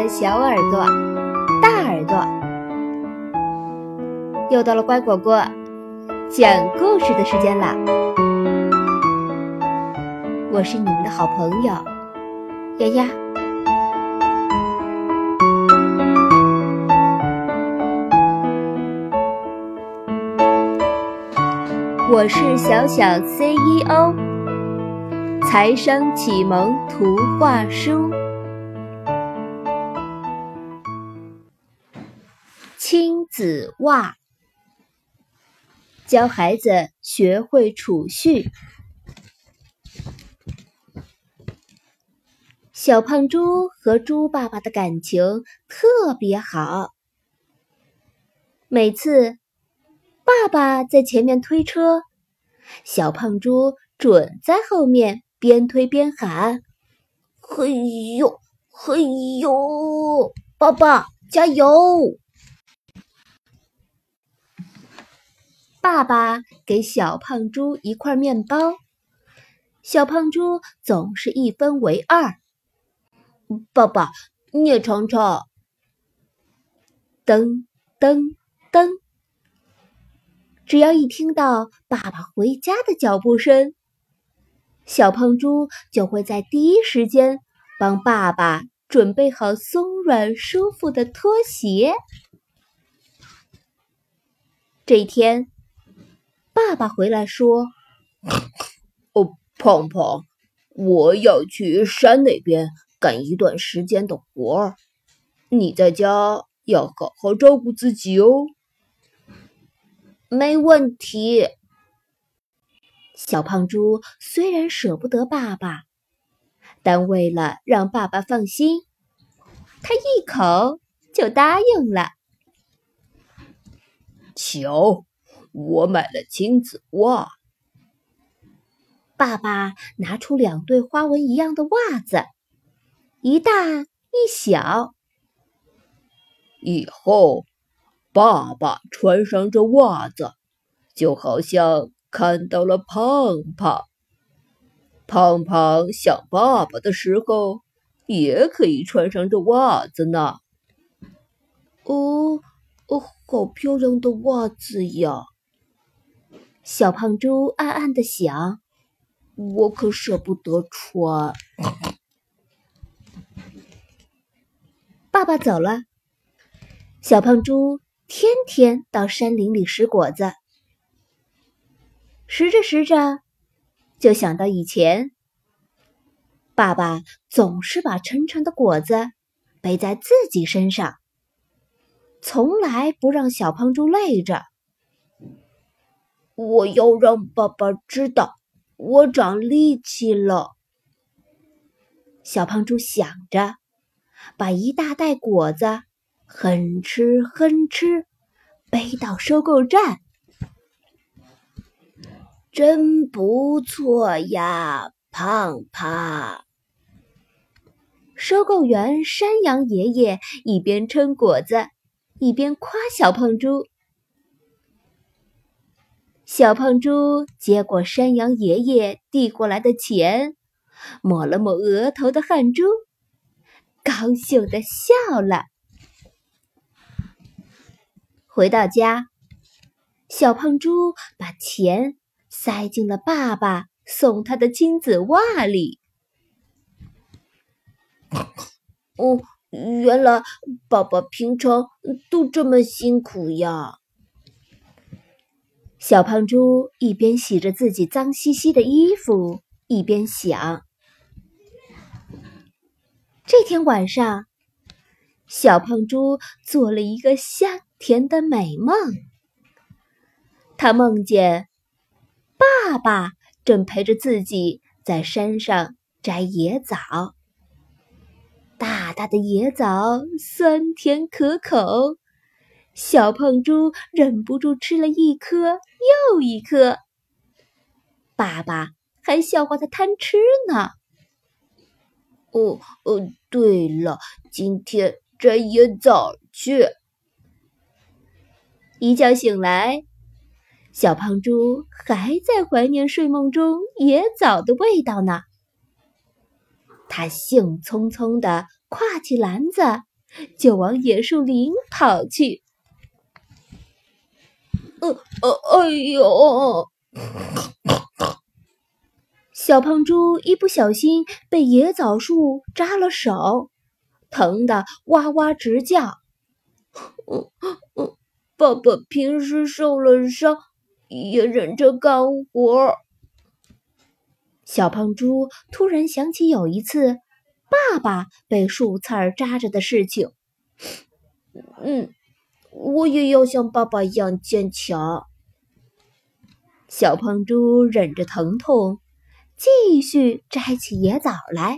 的小耳朵、大耳朵，又到了乖果果讲故事的时间啦！我是你们的好朋友丫丫。我是小小 CEO， 财商启蒙图画书。亲子袜，教孩子学会储蓄。小胖猪和猪爸爸的感情特别好，每次爸爸在前面推车，小胖猪准在后面边推边喊：嘿呦嘿呦，爸爸加油！爸爸给小胖猪一块面包，小胖猪总是一分为二。爸爸，你也尝尝。噔噔噔，只要一听到爸爸回家的脚步声，小胖猪就会在第一时间帮爸爸准备好松软舒服的拖鞋。这一天，爸爸回来说：胖胖，我要去山那边干一段时间的活儿，你在家要好好照顾自己哦。没问题。小胖猪虽然舍不得爸爸，但为了让爸爸放心，他一口就答应了。瞧，我买了亲子袜。爸爸拿出2对花纹一样的袜子，一大一小。以后爸爸穿上这袜子，就好像看到了胖胖。胖胖想爸爸的时候，也可以穿上这袜子呢。好漂亮的袜子呀！小胖猪暗暗地想，我可舍不得穿。爸爸走了，小胖猪天天到山林里拾果子。拾着拾着，就想到以前，爸爸总是把沉沉的果子背在自己身上，从来不让小胖猪累着。我要让爸爸知道我长力气了。小胖猪想着，把一大袋果子哼哧哼哧背到收购站。真不错呀，胖胖。收购员山羊爷爷一边称果子，一边夸小胖猪。小胖猪接过山羊爷爷递过来的钱，抹了抹额头的汗珠，高兴地笑了。回到家，小胖猪把钱塞进了爸爸送他的亲子袜里。原来爸爸平常都这么辛苦呀。小胖猪一边洗着自己脏兮兮的衣服，一边想。这天晚上，小胖猪做了一个香甜的美梦。他梦见爸爸正陪着自己在山上摘野枣，大大的野枣酸甜可口，小胖猪忍不住吃了一颗又一颗。爸爸还笑话他贪吃呢。对了，今天摘野枣去。一觉醒来，小胖猪还在怀念睡梦中野枣的味道呢。他兴冲冲地挎起篮子， 就往野树林跑去。哎呦！小胖猪一不小心被野枣树扎了手，疼得哇哇直叫。爸爸平时受了伤，也忍着干活。小胖猪突然想起有一次爸爸被树刺儿扎着的事情。我也要像爸爸一样坚强。小胖猪忍着疼痛，继续摘起野枣来。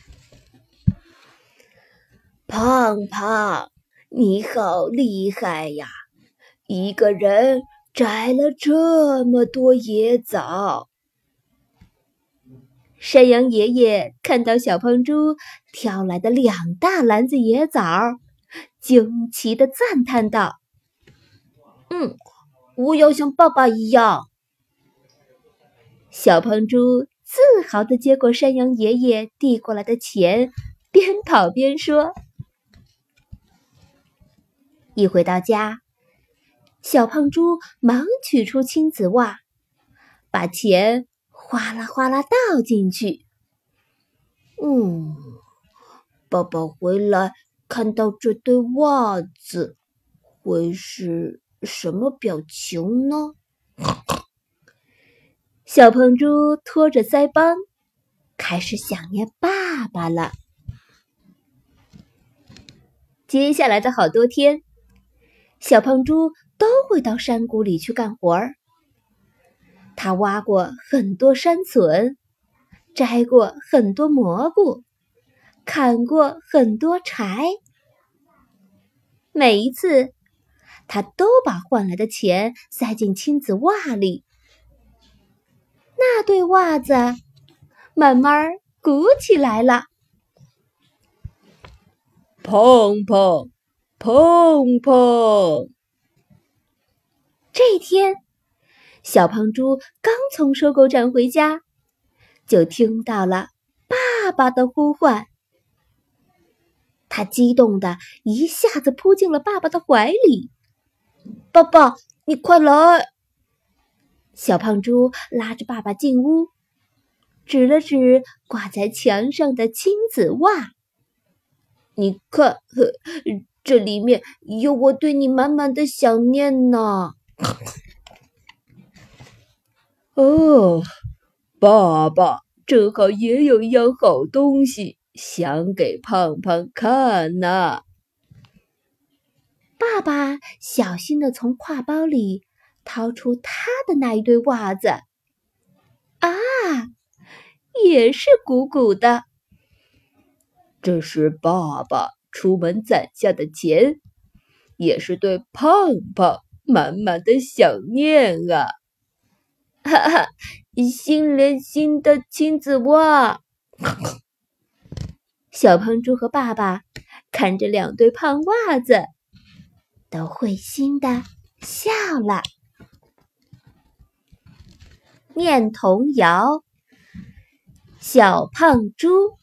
胖胖，你好厉害呀！一个人摘了这么多野枣。山羊爷爷看到小胖猪挑来的2大篮子野枣，惊奇地赞叹道：我要像爸爸一样。小胖猪自豪地接过山羊爷爷递过来的钱，边跑边说。一回到家，小胖猪忙取出亲子袜，把钱哗啦哗啦倒进去。爸爸回来看到这对袜子，会是什么表情呢？小胖猪拖着腮帮，开始想念爸爸了。接下来的好多天，小胖猪都会到山谷里去干活儿。他挖过很多山笋，摘过很多蘑菇，砍过很多柴。每一次，他都把换来的钱塞进亲子袜里。那对袜子慢慢鼓起来了。砰砰砰砰！这天，小胖猪刚从收购站回家，就听到了爸爸的呼唤。他激动地一下子扑进了爸爸的怀里。爸爸，你快来！小胖猪拉着爸爸进屋，指了指挂在墙上的亲子袜。你看，这里面有我对你满满的想念呢。爸爸正好也有一样好东西，想给胖胖看呢。爸爸小心地从挎包里掏出他的那一对袜子，也是鼓鼓的。这是爸爸出门攒下的钱，也是对胖胖满满的想念啊！哈哈，新连新的亲子袜。小胖猪和爸爸看着2对胖袜子，都会心的笑了。念童谣：小胖猪。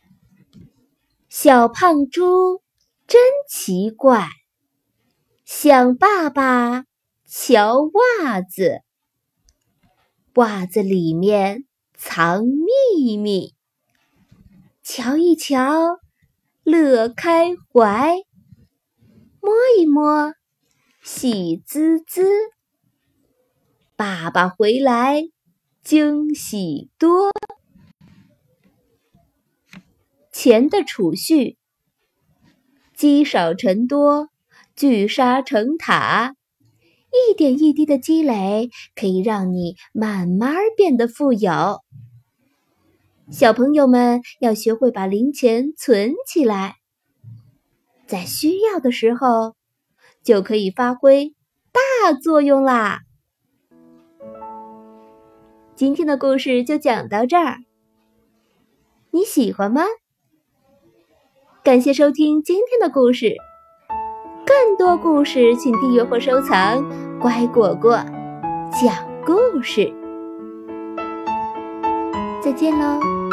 小胖猪真奇怪，想爸爸瞧袜子，袜子里面藏秘密，瞧一瞧乐开怀，摸一摸喜滋滋，爸爸回来惊喜多。钱的储蓄，积少成多，聚沙成塔，一点一滴的积累可以让你慢慢变得富有。小朋友们要学会把零钱存起来，在需要的时候就可以发挥大作用啦。今天的故事就讲到这儿，你喜欢吗？感谢收听今天的故事，更多故事请订阅或收藏乖果果讲故事。再见喽。